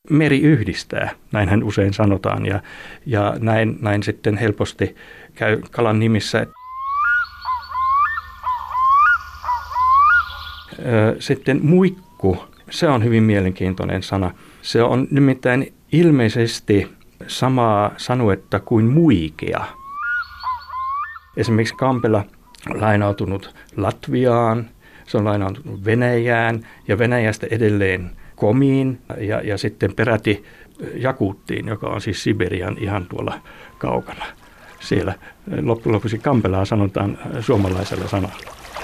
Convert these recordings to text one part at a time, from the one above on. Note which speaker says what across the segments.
Speaker 1: Meri yhdistää, näin hän usein sanotaan, ja näin sitten helposti käy kalan nimissä. Sitten muikku, se on hyvin mielenkiintoinen sana. Se on nimittäin ilmeisesti samaa sanuetta kuin muikea. Esimerkiksi Kampela on lainautunut Latviaan, se on lainautunut Venäjään ja Venäjästä edelleen Komiin ja sitten peräti Jakuttiin, joka on siis Siberian ihan tuolla kaukana. Siellä loppujen lopuksi Kampelaa sanotaan suomalaisella sanalla.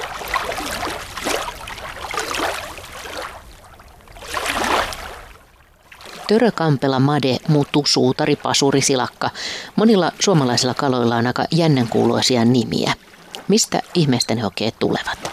Speaker 2: Törö, kampela, made, mutu, suutari, pasuri, silakka. Monilla suomalaisilla kaloilla on aika jännänkuuloisia nimiä. Mistä ihmeestä ne oikein tulevat?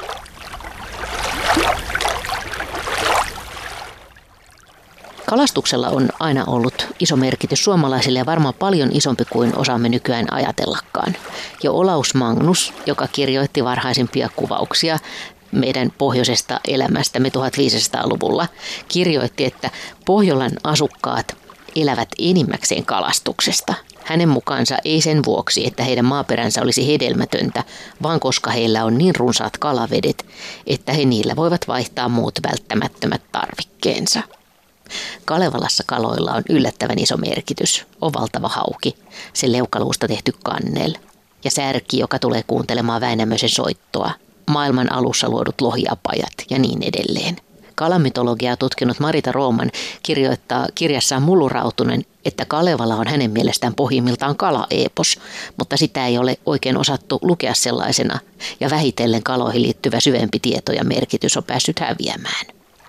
Speaker 2: Kalastuksella on aina ollut iso merkitys suomalaisille ja varmaan paljon isompi kuin osaamme nykyään ajatellakaan. Jo Olaus Magnus, joka kirjoitti varhaisimpia kuvauksia meidän pohjoisesta elämästämme 1500-luvulla, kirjoitti, että Pohjolan asukkaat elävät enimmäkseen kalastuksesta. Hänen mukaansa ei sen vuoksi, että heidän maaperänsä olisi hedelmätöntä, vaan koska heillä on niin runsaat kalavedet, että he niillä voivat vaihtaa muut välttämättömät tarvikkeensa. Kalevalassa kaloilla on yllättävän iso merkitys. On valtava hauki, se leukaluusta tehty kannel ja särki, joka tulee kuuntelemaan Väinämöisen soittoa, maailman alussa luodut lohiapajat ja niin edelleen. Kalamytologiaa tutkinut Marita Rooman kirjoittaa kirjassaan Mullurautunen, että Kalevala on hänen mielestään pohjimmiltaan kalaepos, mutta sitä ei ole oikein osattu lukea sellaisena ja vähitellen kaloihin liittyvä syvempi tieto ja merkitys on päässyt häviämään.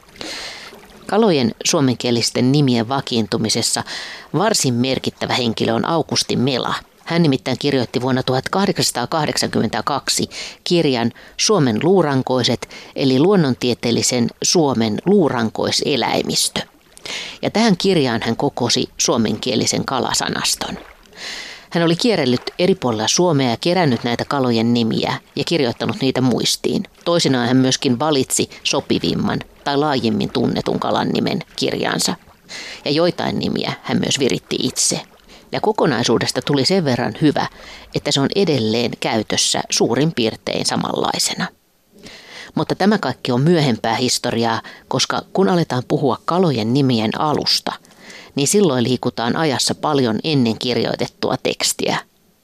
Speaker 2: Kalojen suomenkielisten nimien vakiintumisessa varsin merkittävä henkilö on Aukusti Mela. Hän nimittäin kirjoitti vuonna 1882 kirjan Suomen luurankoiset, eli luonnontieteellisen Suomen luurankoiseläimistö. Ja tähän kirjaan hän kokosi suomenkielisen kalasanaston. Hän oli kierrellyt eri puolilla Suomea ja kerännyt näitä kalojen nimiä ja kirjoittanut niitä muistiin. Toisinaan hän myöskin valitsi sopivimman tai laajemmin tunnetun kalan nimen kirjaansa. Ja joitain nimiä hän myös viritti itse. Ja kokonaisuudesta tuli sen verran hyvä, että se on edelleen käytössä suurin piirtein samanlaisena. Mutta tämä kaikki on myöhempää historiaa, koska kun aletaan puhua kalojen nimien alusta, niin silloin liikutaan ajassa paljon ennen kirjoitettua tekstiä.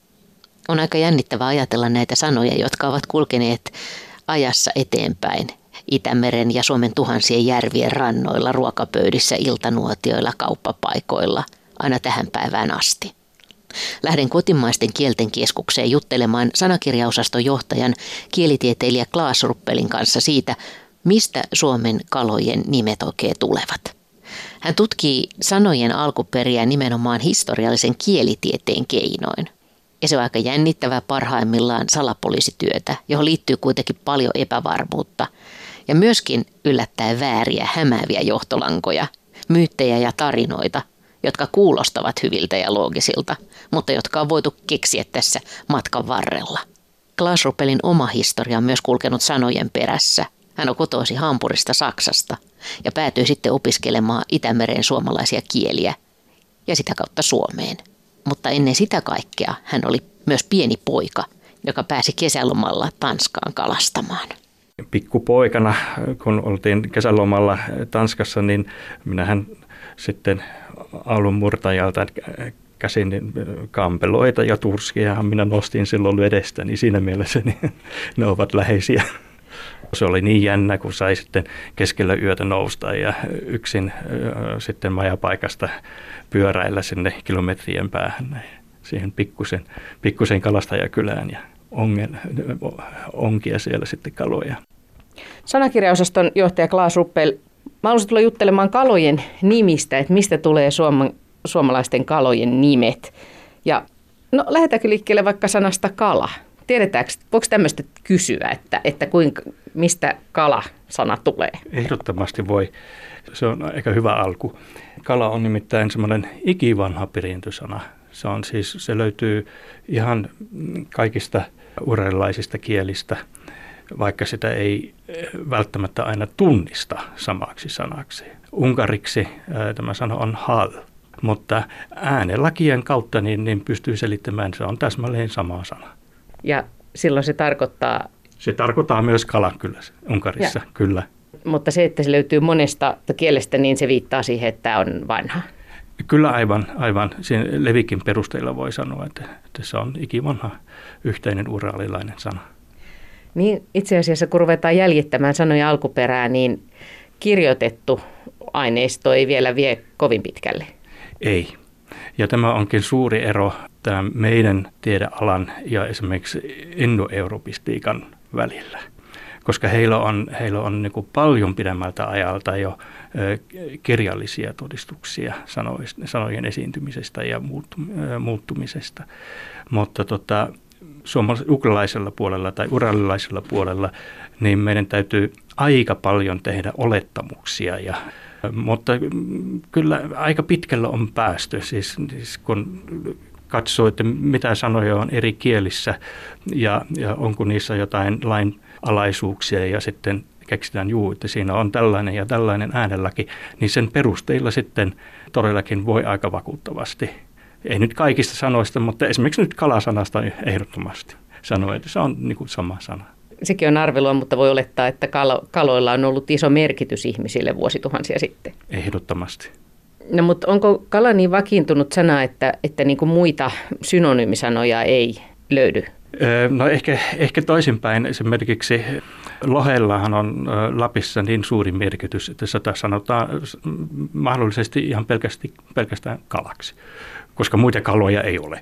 Speaker 2: On aika jännittävää ajatella näitä sanoja, jotka ovat kulkeneet ajassa eteenpäin Itämeren ja Suomen tuhansien järvien rannoilla, ruokapöydissä, iltanuotioilla, kauppapaikoilla, aina tähän päivään asti. Lähden kotimaisten kielten keskukseen juttelemaan sanakirjaosaston johtajan kielitieteilijä Klaas Ruppelin kanssa siitä, mistä Suomen kalojen nimet oikein tulevat. Hän tutkii sanojen alkuperiä nimenomaan historiallisen kielitieteen keinoin. Ja se on aika jännittävää parhaimmillaan salapoliisityötä, johon liittyy kuitenkin paljon epävarmuutta ja myöskin yllättäen vääriä, hämääviä johtolankoja, myyttejä ja tarinoita, jotka kuulostavat hyviltä ja loogisilta, mutta jotka on voitu keksiä tässä matkan varrella. Klaas Ruppelin oma historia on myös kulkenut sanojen perässä. Hän on kotoisin Hampurista Saksasta ja päätyi sitten opiskelemaan Itämeren suomalaisia kieliä ja sitä kautta Suomeen. Mutta ennen sitä kaikkea hän oli myös pieni poika, joka pääsi kesälomalla Tanskaan kalastamaan.
Speaker 1: Pikkupoikana, kun oltiin kesälomalla Tanskassa, niin minähän sitten aallonmurtajalta käsin kampeloita ja turskejahan minä nostin silloin vedestä, niin siinä mielessä niin ne ovat läheisiä. Se oli niin jännä, kun sai sitten keskellä yötä nousta ja yksin sitten majapaikasta pyöräillä sinne kilometrien päähän siihen pikkusen kalastajakylään ja onkia siellä sitten kaloja.
Speaker 3: Sanakirjaosaston johtaja Klaas Ruppel, mä haluaisin tulla juttelemaan kalojen nimistä, että mistä tulee suomalaisten kalojen nimet. Ja lähdetäänkö liikkeelle vaikka sanasta kala? Tiedetäänkö, voiko tämmöistä kysyä, että mistä kala-sana tulee?
Speaker 1: Ehdottomasti voi. Se on aika hyvä alku. Kala on nimittäin semmoinen ikivanha perintösana. Se löytyy ihan kaikista uralilaisista kielistä. vaikka sitä ei välttämättä aina tunnista samaksi sanaksi. Unkariksi tämä sana on hal, mutta äänenlakien kautta niin pystyy selittämään, että se on täsmälleen sama sana.
Speaker 3: Ja silloin se tarkoittaa...
Speaker 1: Se tarkoittaa myös kala kyllä Unkarissa, kyllä.
Speaker 3: Mutta se, että se löytyy monesta kielestä, niin se viittaa siihen, että tämä on vanha.
Speaker 1: Kyllä aivan. Siinä Levikin perusteella voi sanoa, että se on ikivanha yhteinen uraalilainen sana.
Speaker 3: Niin itse asiassa, kun ruvetaan jäljittämään sanojen alkuperää, niin kirjoitettu aineisto ei vielä vie kovin pitkälle.
Speaker 1: Ei. Ja tämä onkin suuri ero tämän meidän tiedealan ja esimerkiksi indoeuropistiikan välillä. Koska heillä on niin kuin paljon pidemmältä ajalta jo kirjallisia todistuksia sanojen esiintymisestä ja muuttumisesta. Mutta suomalaisella puolella tai uralilaisella puolella niin meidän täytyy aika paljon tehdä olettamuksia. Mutta kyllä aika pitkällä on päästy, siis kun katsoo, että mitä sanoja on eri kielissä ja onko niissä jotain lainalaisuuksia ja sitten keksitään että siinä on tällainen ja tällainen äänenlaki, niin sen perusteella sitten todellakin voi aika vakuuttavasti. Ei nyt kaikista sanoista, mutta esimerkiksi nyt kalasanasta ehdottomasti sanoa, että se on niin kuin sama sana.
Speaker 3: Sekin on arvelua, mutta voi olettaa, että kaloilla on ollut iso merkitys ihmisille vuosituhansia sitten.
Speaker 1: Ehdottomasti.
Speaker 3: No mutta onko kala niin vakiintunut sana, että niin kuin muita synonyymisanoja ei löydy?
Speaker 1: No ehkä toisinpäin. Esimerkiksi lohellahan on Lapissa niin suuri merkitys, että sitä sanotaan mahdollisesti ihan pelkästään kalaksi, koska muita kaloja ei ole.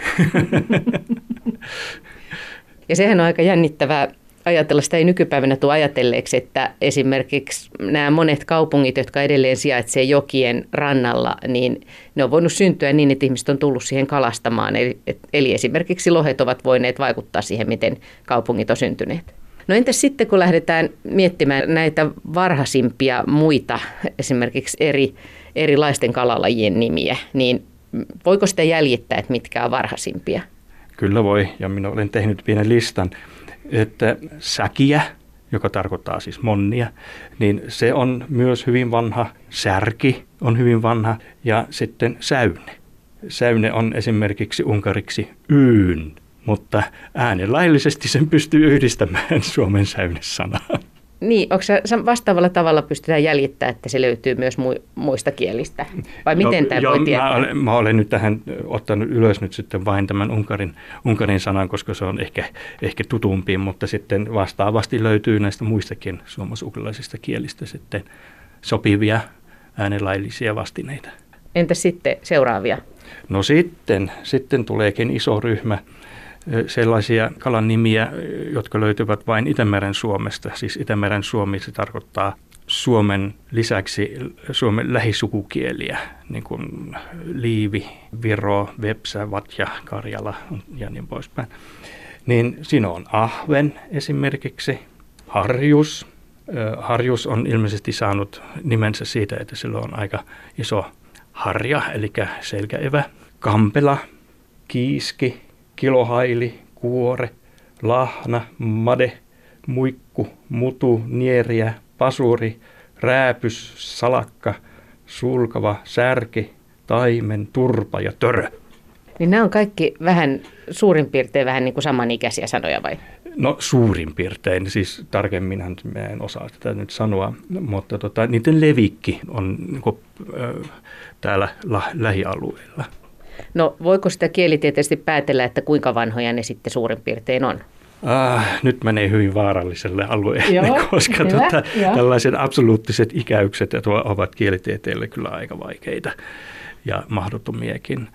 Speaker 3: Ja sehän on aika jännittävää ajatella, sitä ei nykypäivänä tule ajatelleeksi, että esimerkiksi nämä monet kaupungit, jotka edelleen sijaitsee jokien rannalla, niin ne on voinut syntyä niin, että ihmiset on tullut siihen kalastamaan. Eli esimerkiksi lohet ovat voineet vaikuttaa siihen, miten kaupungit on syntyneet. No entäs sitten, kun lähdetään miettimään näitä varhaisimpia muita, esimerkiksi erilaisten kalalajien nimiä, niin voiko sitä jäljittää, että mitkä on varhaisimpia?
Speaker 1: Kyllä voi, ja minä olen tehnyt pienen listan, että säkiä, joka tarkoittaa siis monnia, niin se on myös hyvin vanha. Särki on hyvin vanha ja sitten säyne. Säyne on esimerkiksi unkariksi yyn, mutta äänenlaillisesti sen pystyy yhdistämään suomen säynesanaan.
Speaker 3: Niin, onko se vastaavalla tavalla pystytään jäljittämään, että se löytyy myös muista kielistä? Vai miten tämä voi tietää?
Speaker 1: Mä olen nyt tähän ottanut ylös nyt sitten vain tämän Unkarin sanan, koska se on ehkä tutumpi, mutta sitten vastaavasti löytyy näistä muistakin suomalaisista kielistä sitten sopivia äänenlaillisia vastineita.
Speaker 3: Entä sitten seuraavia?
Speaker 1: No sitten tuleekin iso ryhmä sellaisia kalan nimiä, jotka löytyvät vain Itämeren Suomesta. Siis Itämeren Suomi, se tarkoittaa Suomen lisäksi Suomen lähisukukieliä, niin kuin Liivi, Viro, Vepsä, Vatja, Karjala ja niin poispäin. Niin siinä on ahven esimerkiksi, harjus. Harjus on ilmeisesti saanut nimensä siitä, että sillä on aika iso harja, eli selkäevä. Kampela, kiiski, kilohaili, kuore, lahna, made, muikku, mutu, nieriä, pasuri, rääpys, salakka, sulkava, särki, taimen, turpa ja törö.
Speaker 3: Niin nämä on kaikki suurin piirtein vähän niin kuin samanikäisiä sanoja vai?
Speaker 1: No suurin piirtein, siis tarkemminhan en osaa sitä nyt sanoa, mutta niiden levikki on niin kuin, täällä lähialueilla.
Speaker 3: No voiko sitä kielitieteellisesti päätellä, että kuinka vanhoja ne sitten suurin piirtein on?
Speaker 1: Nyt menee hyvin vaaralliselle alueelle, koska tällaiset absoluuttiset ikäykset ovat kielitieteelle kyllä aika vaikeita ja mahdottomiakin.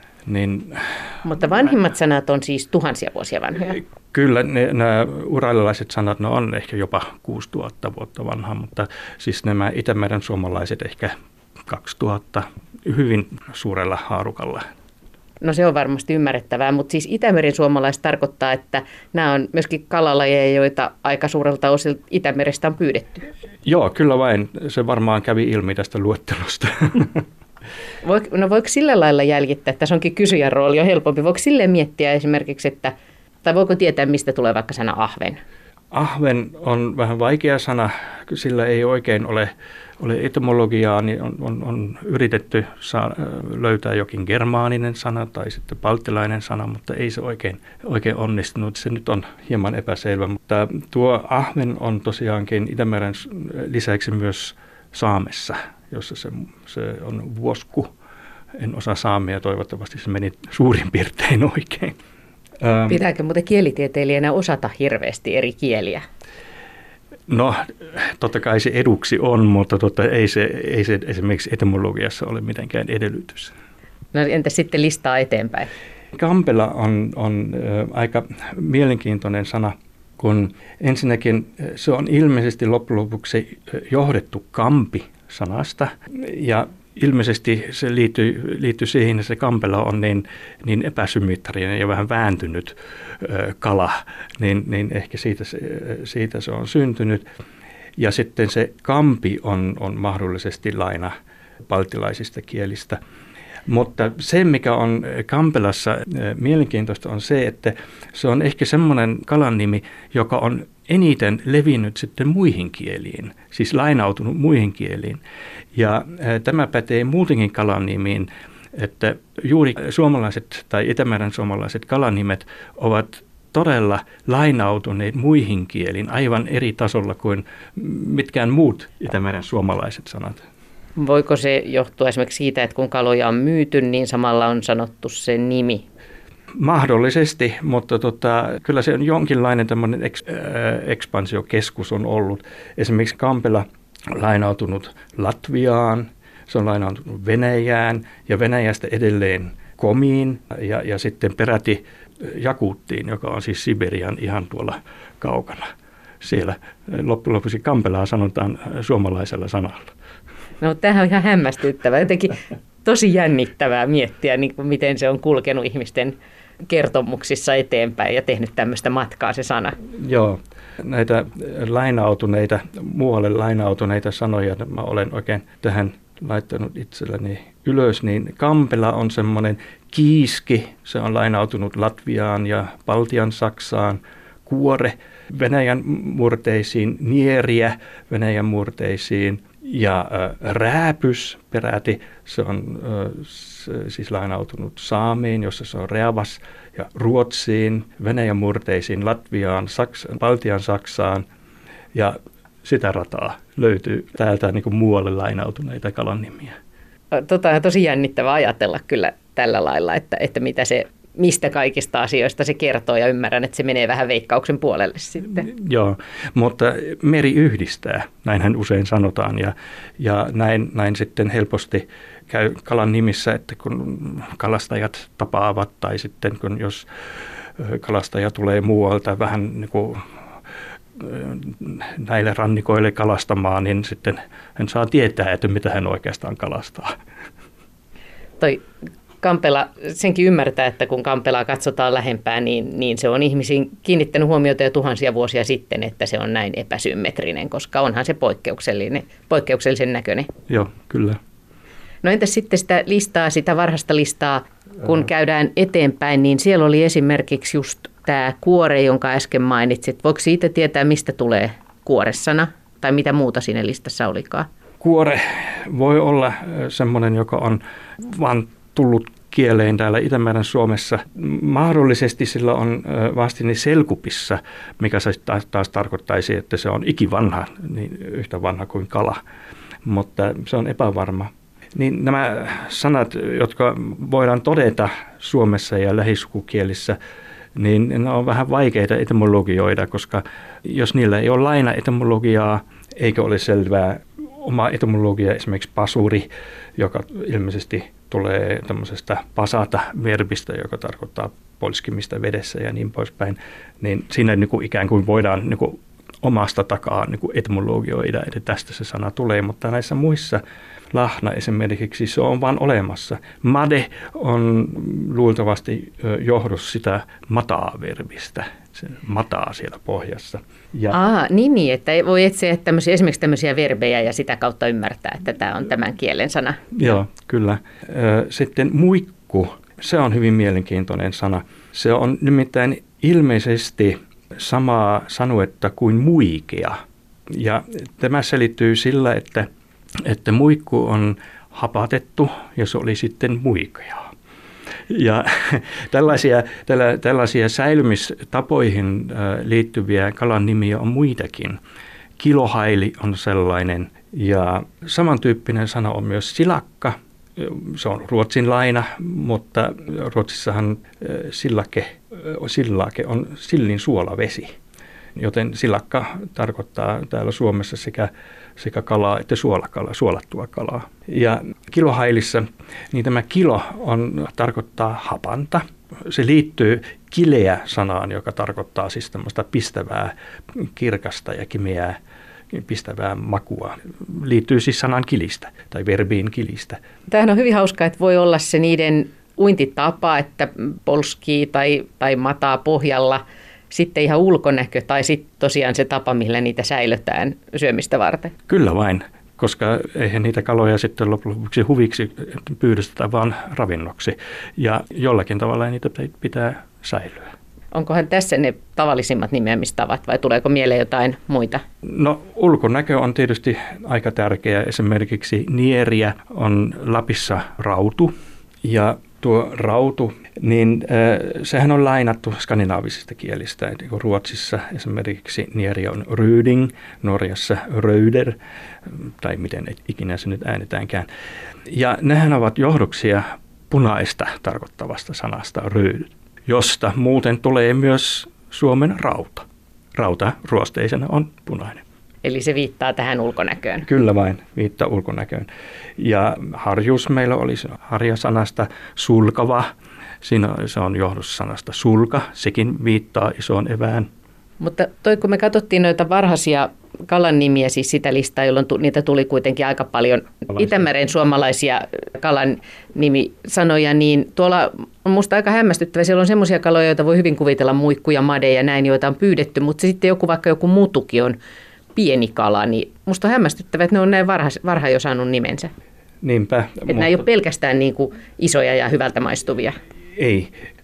Speaker 3: Mutta vanhimmat sanat on siis tuhansia vuosia vanhoja?
Speaker 1: Kyllä, nämä uralilaiset sanat on ehkä jopa 6000 vuotta vanha, mutta siis nämä Itämeren suomalaiset ehkä 2000 hyvin suurella haarukalla.
Speaker 3: No se on varmasti ymmärrettävää, mutta siis Itämeren suomalaiset tarkoittaa, että nämä on myöskin kalalajeja, joita aika suurelta osilta Itämerestä on pyydetty.
Speaker 1: Joo, kyllä vain. Se varmaan kävi ilmi tästä luettelosta.
Speaker 3: Voiko sillä lailla jäljittää, että tässä onkin kysyjän rooli on helpompi. Voiko silleen miettiä esimerkiksi, tai voiko tietää, mistä tulee vaikka sana ahven?
Speaker 1: Ahven on vähän vaikea sana, sillä ei oikein ole etymologiaa, niin on yritetty löytää jokin germaaninen sana tai sitten baltilainen sana, mutta ei se oikein onnistunut. Se nyt on hieman epäselvä, mutta tuo ahven on tosiaankin Itämeren lisäksi myös Saamessa, jossa se on vuosku. En osaa saamea, toivottavasti se meni suurin piirtein oikein.
Speaker 3: Pitääkö muuten kielitieteilijänä osata hirveästi eri kieliä?
Speaker 1: No, totta kai se eduksi on, mutta ei se esimerkiksi etymologiassa ole mitenkään edellytys.
Speaker 3: No entä sitten listaa eteenpäin?
Speaker 1: Kampela on aika mielenkiintoinen sana, kun ensinnäkin se on ilmeisesti loppujen lopuksi johdettu kampi-sanasta ja ilmeisesti se liittyy siihen, että se kampela on niin epäsymmetrinen ja vähän vääntynyt kala, niin ehkä siitä se on syntynyt. Ja sitten se kampi on mahdollisesti laina baltilaisista kielistä. Mutta se, mikä on kampelassa mielenkiintoista, on se, että se on ehkä semmoinen kalan nimi, joka on eniten levinnyt sitten muihin kieliin, siis lainautunut muihin kieliin. Ja tämä pätee muutenkin kalan nimiin, että juuri suomalaiset tai Itämeren suomalaiset kalanimet ovat todella lainautuneet muihin kieliin aivan eri tasolla kuin mitkään muut Itämeren suomalaiset sanat.
Speaker 3: Voiko se johtua esimerkiksi siitä, että kun kaloja on myyty, niin samalla on sanottu se nimi?
Speaker 1: Mahdollisesti, mutta kyllä se on jonkinlainen tämmöinen ekspansiokeskus on ollut. Esimerkiksi kampela lainautunut Latviaan, se on lainautunut Venäjään ja Venäjästä edelleen Komiin ja sitten peräti Jakuttiin, joka on siis Siberian ihan tuolla kaukana. Siellä loppujen lopuksi kampelaa sanotaan suomalaisella sanalla.
Speaker 3: No tämähän on ihan hämmästyttävää. Jotenkin tosi jännittävää miettiä, niin kuin miten se on kulkenut ihmisten kertomuksissa eteenpäin ja tehnyt tämmöistä matkaa se sana.
Speaker 1: Joo, näitä muualle lainautuneita sanoja mä olen oikein tähän laittanut itselleni ylös, niin kampela on semmoinen kiiski, se on lainautunut Latviaan ja Baltian Saksaan, kuore Venäjän murteisiin, nieriä Venäjän murteisiin ja rääpys peräti, se on siis lainautunut Saamiin, jossa se on reavas, ja Ruotsiin, Venäjän murteisiin, Latviaan, Baltian Saksaan ja sitä rataa löytyy täältä niin kuin muualle lainautuneita kalan nimiä.
Speaker 3: On tosi jännittävää ajatella kyllä tällä lailla, että mistä kaikista asioista se kertoo, ja ymmärrän, että se menee vähän veikkauksen puolelle sitten.
Speaker 1: Joo, mutta meri yhdistää, näinhän usein sanotaan, ja näin sitten helposti käy kalan nimissä, että kun kalastajat tapaavat tai sitten jos kalastaja tulee muualta vähän niin kuin näille rannikoille kalastamaan, niin sitten hän saa tietää, että mitä hän oikeastaan kalastaa.
Speaker 3: Toi kampela, senkin ymmärtää, että kun kampelaa katsotaan lähempää, niin se on ihmisiin kiinnittänyt huomiota jo tuhansia vuosia sitten, että se on näin epäsymmetrinen, koska onhan se poikkeuksellisen näköinen.
Speaker 1: Joo, kyllä.
Speaker 3: No entäs sitten sitä varhaista listaa, kun käydään eteenpäin, niin siellä oli esimerkiksi just tämä kuore, jonka äsken mainitsit. Voiko siitä tietää, mistä tulee kuoresana tai mitä muuta siinä listassa olikaan?
Speaker 1: Kuore voi olla semmoinen, joka on vaan tullut kieleen täällä Itämeren Suomessa. Mahdollisesti sillä on vastine Selkupissa, mikä se taas tarkoittaisi, että se on ikivanha, niin yhtä vanha kuin kala, mutta se on epävarma. Niin nämä sanat, jotka voidaan todeta Suomessa ja lähisukukielissä, niin ne on vähän vaikeita etymologioida, koska jos niillä ei ole lainaetymologiaa, eikä ole selvää oma etymologia, esimerkiksi pasuri, joka ilmeisesti tulee tämmöisestä pasata-verbistä, joka tarkoittaa polskimista vedessä ja niin poispäin, niin siinä niin kuin ikään kuin voidaan niin kuin omasta takaa niin kuin etymologioida, että tästä se sana tulee, mutta näissä muissa lahna esimerkiksi se on vaan olemassa. Made on luultavasti johdus sitä mataa-verbistä, se mataa siellä pohjassa.
Speaker 3: Nimi, että voi etsiä esimerkiksi tämmöisiä verbejä ja sitä kautta ymmärtää, että tämä on tämän kielen sana.
Speaker 1: Joo, kyllä. Sitten muikku, se on hyvin mielenkiintoinen sana. Se on nimittäin ilmeisesti samaa sanuetta kuin muikea. Ja tämä selittyy sillä, että muikku on hapatettu ja se oli sitten muikeaa. Ja tällaisia säilymistapoihin liittyviä kalan nimiä on muitakin. Kilohaili on sellainen ja samantyyppinen sana on myös silakka. Se on ruotsinlaina, mutta Ruotsissahan sillake on sillin suolavesi. Joten silakka tarkoittaa täällä Suomessa sekä kalaa että suolattua kalaa. Ja kilohailissa, niin tämä kilo tarkoittaa hapanta. Se liittyy kileä-sanaan, joka tarkoittaa siis tämmöistä pistävää, kirkasta ja kimeää, pistävää makua. Liittyy siis sanaan kilistä tai verbiin kilistä.
Speaker 3: Tämähän on hyvin hauskaa, että voi olla se niiden uintitapa, että polskii tai mataa pohjalla. Sitten ihan ulkonäkö tai sitten tosiaan se tapa, millä niitä säilötään syömistä varten.
Speaker 1: Kyllä vain, koska eihän niitä kaloja sitten lopuksi huviksi pyydystetä, vaan ravinnoksi. Ja jollakin tavalla niitä pitää säilyä.
Speaker 3: Onkohan tässä ne tavallisimmat nimeämistavat vai tuleeko mieleen jotain muita?
Speaker 1: No ulkonäkö on tietysti aika tärkeä. Esimerkiksi nieriä on Lapissa rautu ja tuo rautu, niin sehän on lainattu skandinaavisista kielistä. Ruotsissa esimerkiksi nieri on ryding, Norjassa röder, tai miten ikinä se nyt äänetäänkään. Ja nehän ovat johdoksia punaista tarkoittavasta sanasta röd, josta muuten tulee myös Suomen rauta. Rauta ruosteisena on punainen.
Speaker 3: Eli se viittaa tähän ulkonäköön.
Speaker 1: Kyllä vain, viittaa ulkonäköön. Ja harjuus meillä oli harjasanasta sulkava. Siinä se on johdossanasta sulka. Sekin viittaa isoon evään.
Speaker 3: Mutta kun me katsottiin noita varhaisia kalan nimiä, siis sitä listaa, jolloin niitä tuli kuitenkin aika paljon Itämeren suomalaisia kalan nimisanoja, niin tuolla on musta aika hämmästyttävä. Siellä on semmoisia kaloja, joita voi hyvin kuvitella, muikku ja made ja näin, joita on pyydetty, mutta sitten vaikka joku mutukin on pieni kala, niin musta on hämmästyttävää, että ne on näin varhain jo saanut nimensä.
Speaker 1: Niinpä.
Speaker 3: Että nämä ei ole pelkästään niin kuin isoja ja hyvältä maistuvia.
Speaker 1: Ei.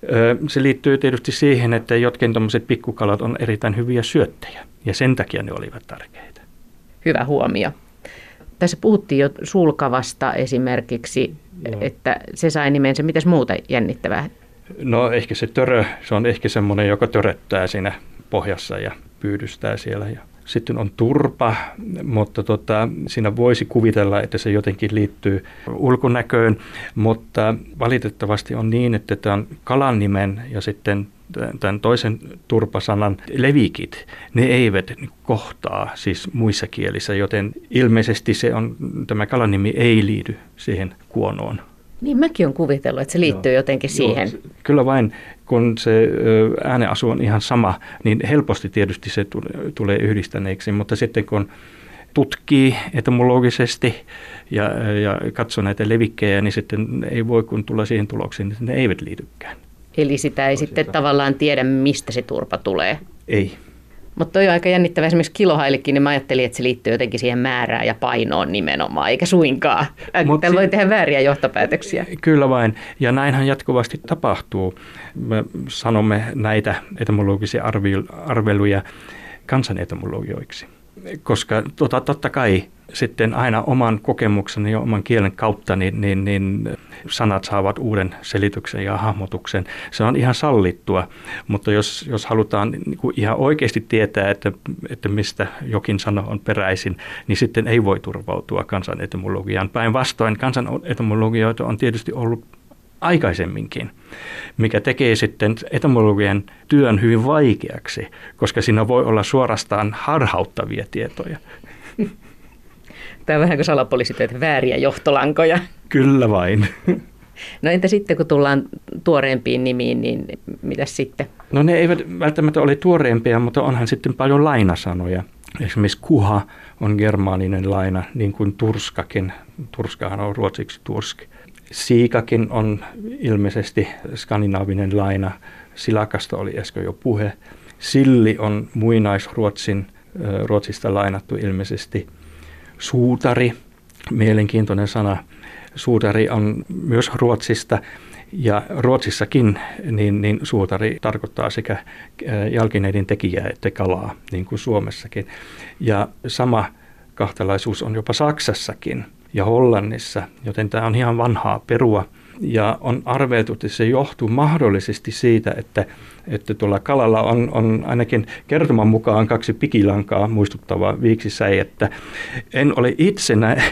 Speaker 1: Se liittyy tietysti siihen, että jotkin tämmöiset pikkukalat on erittäin hyviä syöttejä, ja sen takia ne olivat tärkeitä.
Speaker 3: Hyvä huomio. Tässä puhuttiin jo sulkavasta esimerkiksi, että se sai nimensä. Mitäs muuta jännittävää?
Speaker 1: No ehkä se törö, se on ehkä semmoinen, joka töröttää siinä pohjassa ja pyydystää siellä. Ja sitten on turpa, mutta siinä voisi kuvitella, että se jotenkin liittyy ulkonäköön, mutta valitettavasti on niin, että tämän kalan nimen ja sitten tämän toisen turpasanan levikit, ne eivät kohtaa siis muissa kielissä, joten ilmeisesti tämä kalan nimi ei liity siihen kuonoon.
Speaker 3: Niin mäkin olen kuvitellut, että se liittyy jotenkin siihen.
Speaker 1: Kyllä vain, kun se äänenasu on ihan sama, niin helposti tietysti se tulee yhdistäneeksi, mutta sitten kun tutkii etymologisesti ja katsoo näitä levikkejä, niin sitten ei voi kun tulla siihen tulokseen, että ne eivät liitykään.
Speaker 3: Eli sitä ei sitten tavallaan tiedä, mistä se turpa tulee.
Speaker 1: Ei.
Speaker 3: Mutta toi on aika jännittävä. Esimerkiksi kilohailikin, niin mä ajattelin, että se liittyy jotenkin siihen määrään ja painoon nimenomaan, eikä suinkaan. Täällä voi tehdä vääriä johtopäätöksiä.
Speaker 1: Kyllä vain. Ja näinhän jatkuvasti tapahtuu. Me sanomme näitä etymologisia arveluja kansanetymologioiksi. Koska totta kai sitten aina oman kokemuksen ja oman kielen kautta niin sanat saavat uuden selityksen ja hahmotuksen. Se on ihan sallittua, mutta jos halutaan niin kuin ihan oikeasti tietää, että mistä jokin sana on peräisin, niin sitten ei voi turvautua kansanetymologiaan. Päinvastoin kansanetymologioita on tietysti ollut aikaisemminkin, mikä tekee sitten etymologian työn hyvin vaikeaksi, koska siinä voi olla suorastaan harhauttavia tietoja.
Speaker 3: Tämä on vähän kuin salapoliisityöt, vääriä johtolankoja.
Speaker 1: Kyllä vain.
Speaker 3: No entä sitten, kun tullaan tuoreempiin nimiin, niin mitäs sitten?
Speaker 1: No ne eivät välttämättä ole tuoreempia, mutta onhan sitten paljon lainasanoja. Esimerkiksi kuha on germaaninen laina, niin kuin turskakin. Turskahan on ruotsiksi tursk. Siikakin on ilmeisesti skandinaavinen laina. Silakasta oli äsken jo puhe. Silli on Ruotsista lainattu ilmeisesti. Suutari, mielenkiintoinen sana. Suutari on myös Ruotsista Ja Ruotsissakin niin suutari tarkoittaa sekä jalkineiden tekijää että kalaa, niin kuin Suomessakin. Ja sama kahtalaisuus on jopa Saksassakin ja Hollannissa, joten tämä on ihan vanhaa perua. Ja on arveltu, että se johtuu mahdollisesti siitä, että tuolla kalalla on ainakin kertoman mukaan 2 pikilankaa muistuttavaa viiksisäijettä. En ole itse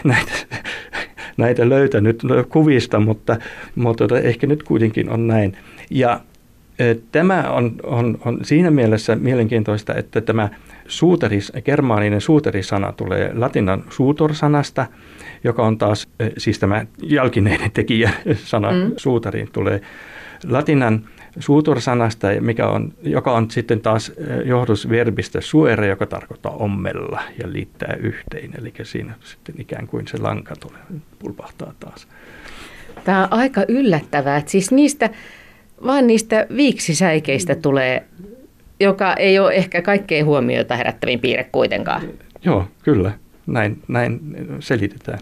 Speaker 1: näitä löytänyt kuvista, mutta ehkä nyt kuitenkin on näin. Ja tämä on siinä mielessä mielenkiintoista, että tämä germaaninen suutarisana tulee latinan suutor-sanasta, joka on taas, siis tämä jalkineiden tekijä-sana suutariin tulee latinan suutor-sanasta, joka on sitten taas johdusverbistä suere, joka tarkoittaa ommella ja liittää yhteen. Eli siinä sitten ikään kuin se lanka tulee, pulpahtaa taas.
Speaker 3: Tämä on aika yllättävää, että siis vaan niistä viiksisäikeistä tulee, joka ei ole ehkä kaikkein huomiota herättävin piirre kuitenkaan.
Speaker 1: Joo, kyllä. Näin selitetään.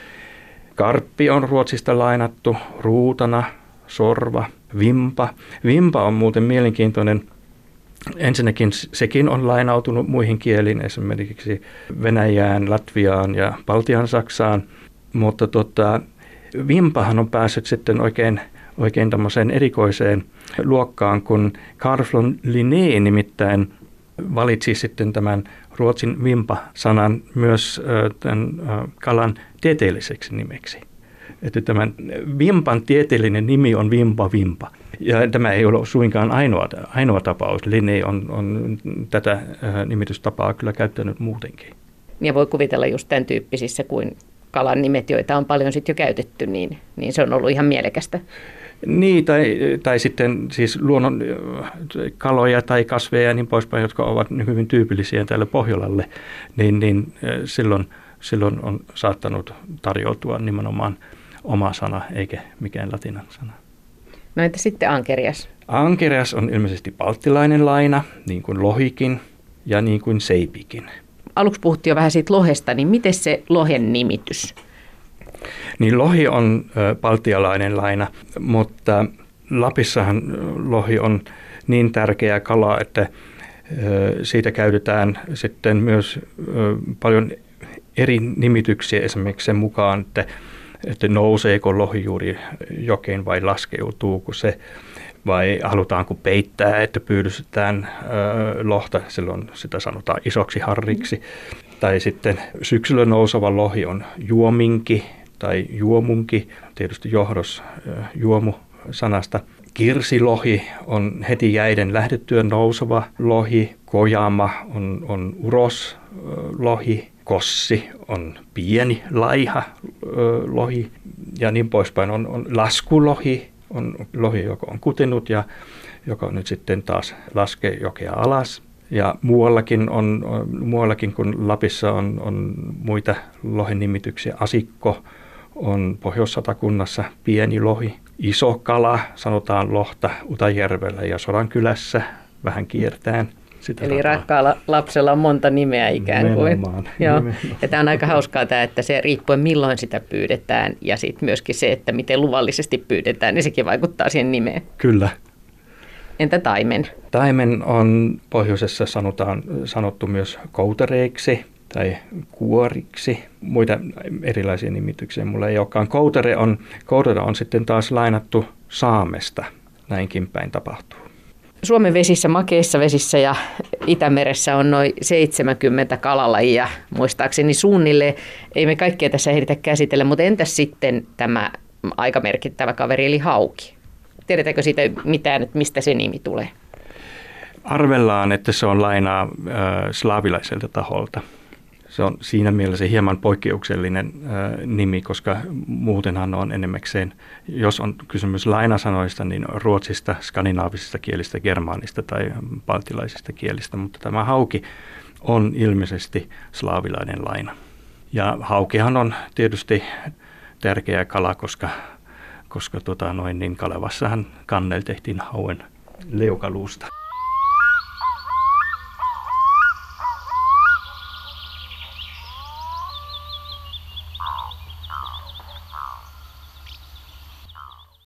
Speaker 1: Karppi on Ruotsista lainattu, ruutana, sorva, vimpa. Vimpa on muuten mielenkiintoinen. Ensinnäkin sekin on lainautunut muihin kieliin, esimerkiksi Venäjään, Latviaan ja Baltian Saksaan, mutta vimpahan on päässyt sitten oikein tämmöiseen erikoiseen luokkaan, kun Carl von Linné nimittäin valitsi sitten tämän ruotsin vimpa-sanan myös tämän kalan tieteelliseksi nimeksi. Että tämän vimpan tieteellinen nimi on vimpa. Ja tämä ei ole suinkaan ainoa tapaus. Linné on tätä nimitystapaa kyllä käyttänyt muutenkin.
Speaker 3: Ja voi kuvitella just tämän tyyppisissä kuin kalan nimet, joita on paljon sitten jo käytetty, niin se on ollut ihan mielekästä.
Speaker 1: Niin, tai sitten siis luonnon kaloja tai kasveja ja niin poispäin, jotka ovat hyvin tyypillisiä tälle Pohjolalle, niin silloin on saattanut tarjoutua nimenomaan oma sana eikä mikään latinan sana.
Speaker 3: No entä sitten ankerias?
Speaker 1: Ankerias on ilmeisesti balttilainen laina, niin kuin lohikin ja niin kuin seipikin.
Speaker 3: Aluksi puhuttiin jo vähän siitä lohesta, niin miten se lohen nimitys?
Speaker 1: Niin lohi on baltialainen laina, mutta Lapissahan lohi on niin tärkeä kala, että siitä käytetään sitten myös paljon eri nimityksiä esimerkiksi sen mukaan, että nouseeko lohi juuri jokeen vai laskeutuuko se, vai halutaanko peittää, että pyydystetään lohta, silloin sitä sanotaan isoksi harriksi. Tai sitten syksyllä nouseva lohi on juominki tai juomunki, tietysti johdos juomu-sanasta. Kirsilohi on heti jäiden lähdettyä nouseva lohi, kojama on uroslohi, kossi on pieni laiha lohi ja niin poispäin. On laskulohi, on lohi, joka on kutenut ja joka nyt sitten taas laskee jokea alas. Ja muuallakin kuin Lapissa on muita lohen nimityksiä. Asikko on Pohjois-Satakunnassa pieni lohi. Iso kala, sanotaan lohta Utajärvellä ja Sodankylässä vähän kiertäen.
Speaker 3: Eli rakkaalla lapsella on monta nimeä ikään kuin. Joo. Ja tämä on aika hauskaa tämä, että se riippuen milloin sitä pyydetään ja sitten myöskin se, että miten luvallisesti pyydetään, niin sekin vaikuttaa siihen nimeen.
Speaker 1: Kyllä.
Speaker 3: Entä taimen?
Speaker 1: Taimen on pohjoisessa sanottu myös koutereiksi tai kuoriksi. Muita erilaisia nimityksiä mulla ei olekaan. Koutere on sitten taas lainattu saamesta. Näinkin päin tapahtuu.
Speaker 3: Suomen vesissä, makeissa vesissä ja Itämeressä on noin 70 kalalajia, muistaakseni suunnilleen. Ei me kaikkea tässä ehditä käsitellä, mutta entäs sitten tämä aika merkittävä kaveri eli hauki? Tiedetäänkö siitä mitään, että mistä se nimi tulee?
Speaker 1: Arvellaan, että se on lainaa slaavilaiselta taholta. Se on siinä mielessä hieman poikkeuksellinen nimi, koska muutenhan on enemmäkseen, jos on kysymys lainasanoista, niin ruotsista, skandinaavisista kielistä, germaanista tai baltilaisista kielistä, mutta tämä hauki on ilmeisesti slaavilainen laina. Ja haukihan on tietysti tärkeä kala, koska Kalevassahan kannel tehtiin hauen leukaluusta.